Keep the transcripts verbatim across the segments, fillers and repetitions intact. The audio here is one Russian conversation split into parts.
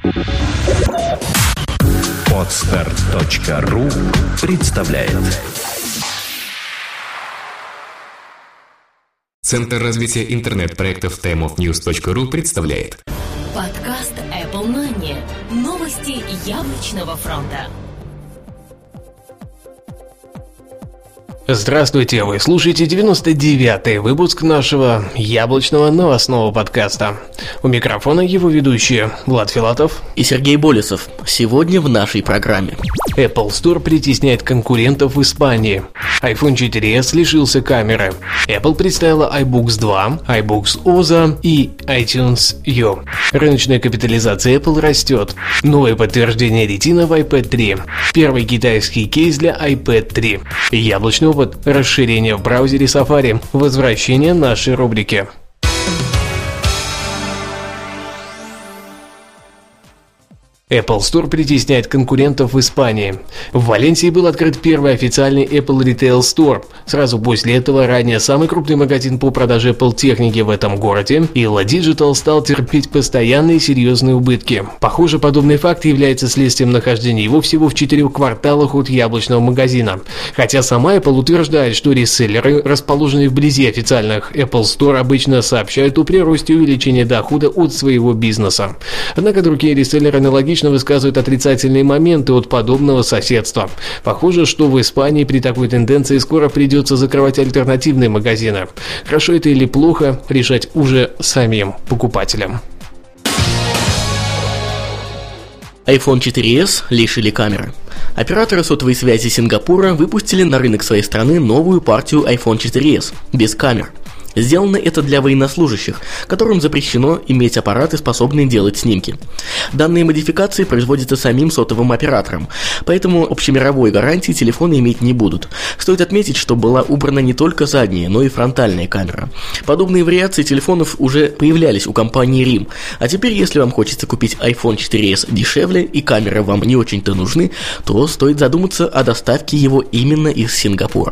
Подстарт точка ру представляет. Центр развития интернет-проектов таймофньюз точка ру представляет подкаст Apple Money. Новости яблочного фронта. Здравствуйте, вы слушаете девяносто девятый выпуск нашего яблочного новостного подкаста. У микрофона его ведущие Влад Филатов и Сергей Болесов. Сегодня в нашей программе. Apple Store притесняет конкурентов в Испании. iPhone четыре эс лишился камеры. Apple представила iBooks два, iBooks Oza и iTunes U. Рыночная капитализация Apple растет. Новое подтверждение Retina в iPad три. Первый китайский кейс для iPad три. Яблочный опыт. Расширение в браузере Safari. Возвращение нашей рубрики. Apple Store притесняет конкурентов в Испании. В Валенсии был открыт первый официальный Apple Retail Store. Сразу после этого ранее самый крупный магазин по продаже Apple техники в этом городе, Illa Digital, стал терпеть постоянные серьезные убытки. Похоже, подобный факт является следствием нахождения его всего в четырех кварталах от яблочного магазина. Хотя сама Apple утверждает, что реселлеры, расположенные вблизи официальных Apple Store, обычно сообщают о приросте увеличения дохода от своего бизнеса. Однако другие реселлеры аналогично высказывают отрицательные моменты от подобного соседства. Похоже, что в Испании при такой тенденции скоро придется закрывать альтернативные магазины. Хорошо это или плохо, решать уже самим покупателям. iPhone четыре эс лишили камеры. Операторы сотовой связи Сингапура выпустили на рынок своей страны новую партию iPhone четыре эс без камер. Сделано это для военнослужащих, которым запрещено иметь аппараты, способные делать снимки. Данные модификации производятся самим сотовым оператором, поэтому общемировой гарантии телефоны иметь не будут. Стоит отметить, что была убрана не только задняя, но и фронтальная камера. Подобные вариации телефонов уже появлялись у компании рим, а теперь, если вам хочется купить iPhone четыре эс дешевле и камеры вам не очень-то нужны, то стоит задуматься о доставке его именно из Сингапура.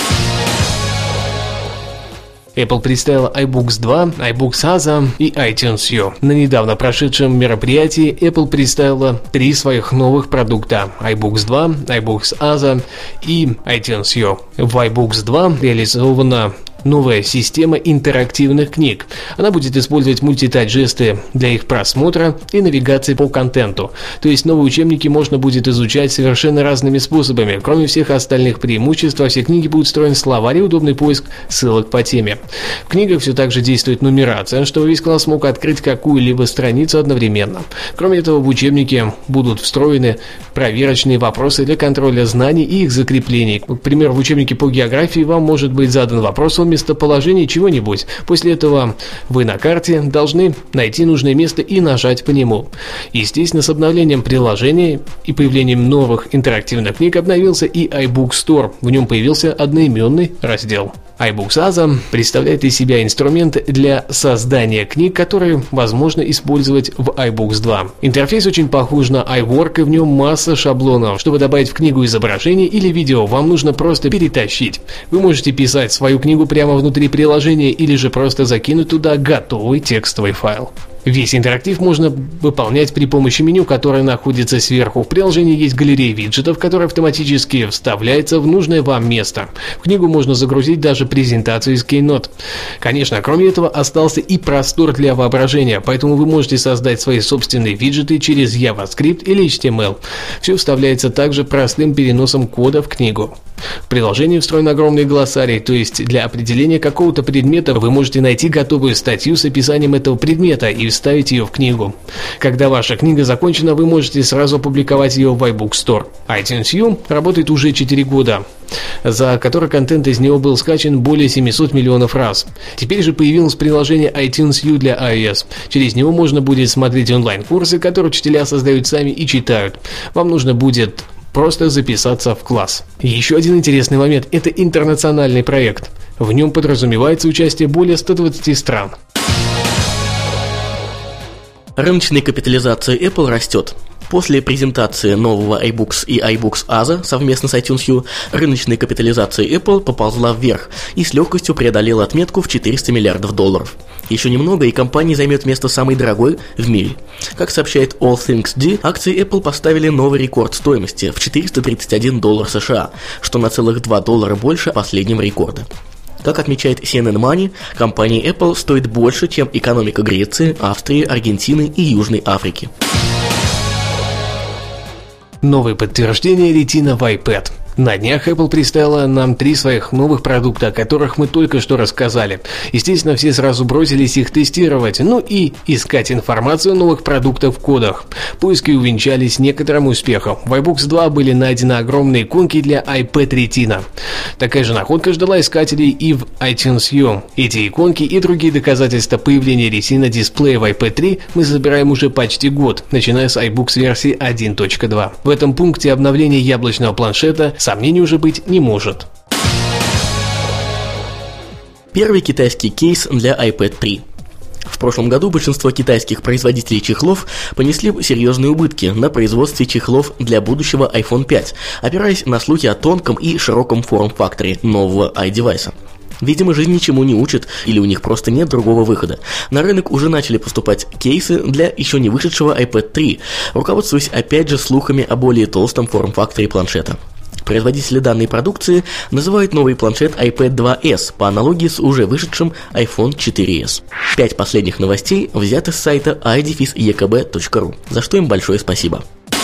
Apple представила iBooks два, iBooks Oza и iTunes U. На недавно прошедшем мероприятии Apple представила три своих новых продукта: iBooks два, iBooks Oza и iTunes U. В iBooks два реализована новая система интерактивных книг. Она будет использовать мультитач-жесты для их просмотра и навигации по контенту. То есть новые учебники можно будет изучать совершенно разными способами. Кроме всех остальных преимуществ, во все книги будет встроен словарь и удобный поиск ссылок по теме. В книгах все так же действует нумерация, чтобы весь класс мог открыть какую-либо страницу одновременно. Кроме этого, в учебнике будут встроены проверочные вопросы для контроля знаний и их закреплений. К примеру, в учебнике по географии вам может быть задан вопрос о местоположении чего-нибудь. После этого вы на карте должны найти нужное место и нажать по нему. Естественно, с обновлением приложения и появлением новых интерактивных книг обновился и iBook Store. В нем появился одноименный раздел. iBooks Oza представляет из себя инструмент для создания книг, которые возможно использовать в iBooks два. Интерфейс очень похож на iWork, и в нем масса шаблонов. Чтобы добавить в книгу изображение или видео, вам нужно просто перетащить. Вы можете писать свою книгу прямо внутри приложения или же просто закинуть туда готовый текстовый файл. Весь интерактив можно выполнять при помощи меню, которое находится сверху. В приложении есть галерея виджетов, которая автоматически вставляется в нужное вам место. В книгу можно загрузить даже презентацию из Keynote. Конечно, кроме этого остался и простор для воображения, поэтому вы можете создать свои собственные виджеты через JavaScript или эйч ти эм эл. Все вставляется также простым переносом кода в книгу. В приложении встроен огромный глоссарий, то есть для определения какого-то предмета вы можете найти готовую статью с описанием этого предмета и вставить ее в книгу. Когда ваша книга закончена, вы можете сразу опубликовать ее в iBook Store. iTunes U работает уже четыре года, за который контент из него был скачан более семьсот миллионов раз. Теперь же появилось приложение iTunes U для iOS. Через него можно будет смотреть онлайн-курсы, которые учителя создают сами и читают. Вам нужно будет просто записаться в класс. Еще один интересный момент – это интернациональный проект. В нем подразумевается участие более ста двадцати стран. Рыночная капитализация Apple растет. После презентации нового iBooks и iBooks Asa совместно с iTunes U, рыночная капитализация Apple поползла вверх и с легкостью преодолела отметку в четыреста миллиардов долларов. Еще немного, и компания займет место самой дорогой в мире. Как сообщает All Things D, акции Apple поставили новый рекорд стоимости в четыреста тридцать один доллар США, что на целых два доллара больше последнего рекорда. Как отмечает си эн эн Money, компания Apple стоит больше, чем экономика Греции, Австрии, Аргентины и Южной Африки. Новое подтверждение Retina в iPad. На днях Apple представила нам три своих новых продукта, о которых мы только что рассказали. Естественно, все сразу бросились их тестировать, ну и искать информацию о новых продуктах в кодах. Поиски увенчались некоторым успехом. В iBooks два были найдены огромные иконки для iPad Retina. Такая же находка ждала искателей и в iTunes U. Эти иконки и другие доказательства появления Retina дисплея в iPad три мы собираем уже почти год, начиная с iBooks версии один точка два. В этом пункте обновление яблочного планшета сомнений уже быть не может. Первый китайский кейс для iPad три. В прошлом году большинство китайских производителей чехлов понесли серьезные убытки на производстве чехлов для будущего iPhone пять, опираясь на слухи о тонком и широком форм-факторе нового iDevice. Видимо, жизнь ничему не учит, или у них просто нет другого выхода. На рынок уже начали поступать кейсы для еще не вышедшего iPad три, руководствуясь опять же слухами о более толстом форм-факторе планшета. Производители данной продукции называют новый планшет iPad два эс по аналогии с уже вышедшим iPhone четыре эс. Пять последних новостей взяты с сайта ай дефис и кей би точка ру, за что им большое спасибо.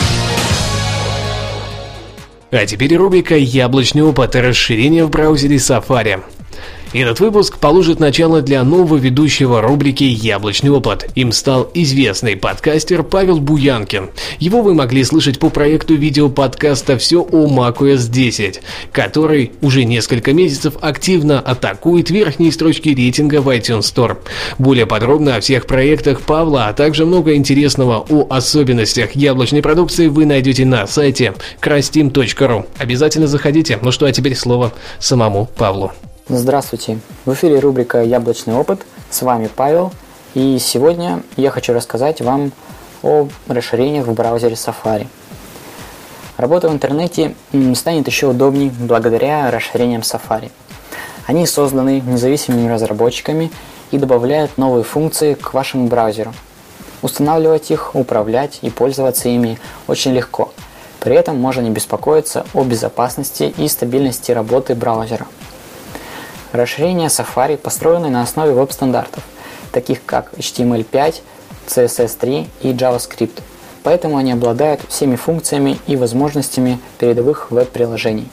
А теперь рубрика «Яблочный опыт» и расширение в браузере Safari. Этот выпуск положит начало для нового ведущего рубрики «Яблочный опыт». Им стал известный подкастер Павел Буянкин. Его вы могли слышать по проекту видеоподкаста «Все о macOS десять», который уже несколько месяцев активно атакует верхние строчки рейтинга в iTunes Store. Более подробно о всех проектах Павла, а также много интересного о особенностях яблочной продукции вы найдете на сайте крастим точка ру. Обязательно заходите. Ну что, а теперь слово самому Павлу. Здравствуйте! В эфире рубрика «Яблочный опыт». С вами Павел. И сегодня я хочу рассказать вам о расширениях в браузере Safari. Работа в интернете станет еще удобней благодаря расширениям Safari. Они созданы независимыми разработчиками и добавляют новые функции к вашему браузеру. Устанавливать их, управлять и пользоваться ими очень легко. При этом можно не беспокоиться о безопасности и стабильности работы браузера. Расширения Safari построены на основе веб-стандартов, таких как эйч ти эм эль пять, си эс эс три и JavaScript, поэтому они обладают всеми функциями и возможностями передовых веб-приложений.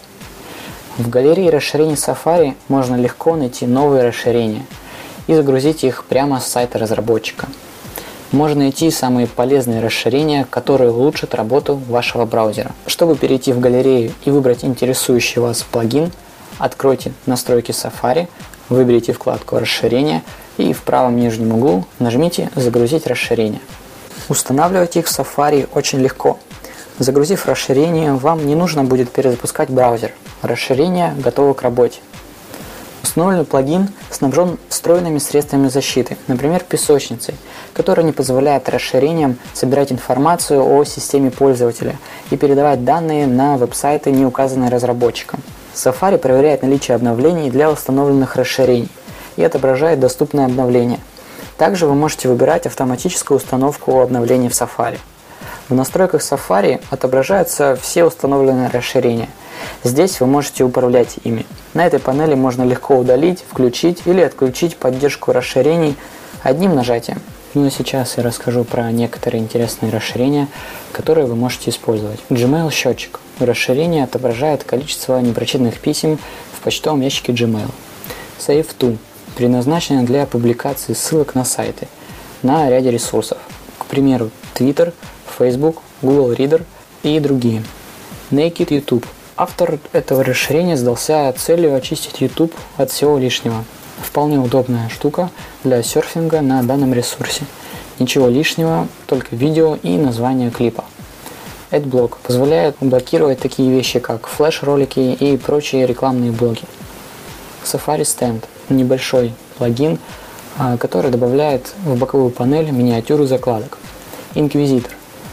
В галерее расширений Safari можно легко найти новые расширения и загрузить их прямо с сайта разработчика. Можно найти самые полезные расширения, которые улучшат работу вашего браузера. Чтобы перейти в галерею и выбрать интересующий вас плагин, откройте настройки Safari, выберите вкладку «Расширения» и в правом нижнем углу нажмите «Загрузить расширение». Устанавливать их в Safari очень легко. Загрузив расширение, вам не нужно будет перезапускать браузер. Расширение готово к работе. Установленный плагин снабжен встроенными средствами защиты, например, песочницей, которая не позволяет расширениям собирать информацию о системе пользователя и передавать данные на веб-сайты, не указанные разработчиком. Safari проверяет наличие обновлений для установленных расширений и отображает доступные обновления. Также вы можете выбирать автоматическую установку обновлений в Safari. В настройках Safari отображаются все установленные расширения. Здесь вы можете управлять ими. На этой панели можно легко удалить, включить или отключить поддержку расширений одним нажатием. Ну а сейчас я расскажу про некоторые интересные расширения, которые вы можете использовать. Gmail счетчик. Расширение отображает количество непрочитанных писем в почтовом ящике Gmail. Save to. Предназначено для публикации ссылок на сайты на ряде ресурсов. К примеру, Twitter, Facebook, Google Reader и другие. Naked YouTube. Автор этого расширения задался целью очистить YouTube от всего лишнего. Вполне удобная штука для серфинга на данном ресурсе. Ничего лишнего, только видео и название клипа. AdBlock позволяет блокировать такие вещи, как флеш-ролики и прочие рекламные блоки. Safari Stand – небольшой плагин, который добавляет в боковую панель миниатюру закладок. Inquisitor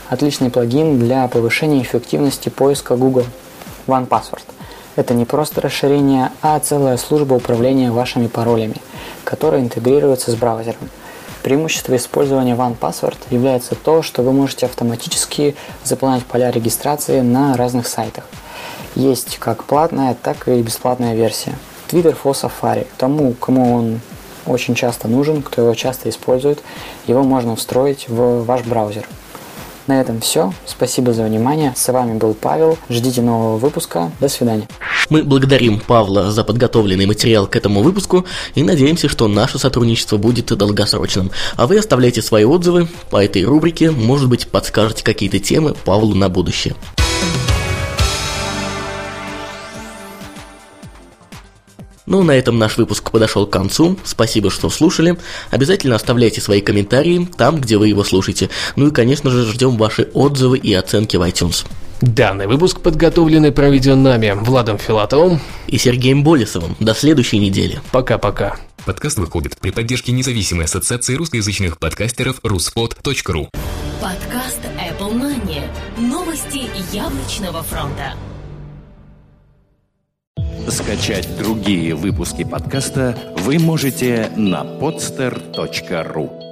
Отличный плагин для повышения эффективности поиска Google. One Password. Это не просто расширение, а целая служба управления вашими паролями, которая интегрируется с браузером. Преимущество использования One Password является то, что вы можете автоматически заполнять поля регистрации на разных сайтах. Есть как платная, так и бесплатная версия. Twitter for Safari. Тому, кому он очень часто нужен, кто его часто использует, его можно встроить в ваш браузер. На этом все. Спасибо за внимание. С вами был Павел. Ждите нового выпуска. До свидания. Мы благодарим Павла за подготовленный материал к этому выпуску и надеемся, что наше сотрудничество будет долгосрочным. А вы оставляйте свои отзывы по этой рубрике, может быть, подскажете какие-то темы Павлу на будущее. Ну, на этом наш выпуск подошел к концу. Спасибо, что слушали. Обязательно оставляйте свои комментарии там, где вы его слушаете. Ну и, конечно же, ждем ваши отзывы и оценки в iTunes. Данный выпуск подготовлен и проведен нами, Владом Филатовым и Сергеем Болесовым. До следующей недели. Пока-пока. Подкаст выходит при поддержке независимой ассоциации русскоязычных подкастеров руспод точка ру. Подкаст Apple Money. Новости яблочного фронта. Скачать другие выпуски подкаста вы можете на podster точка ру.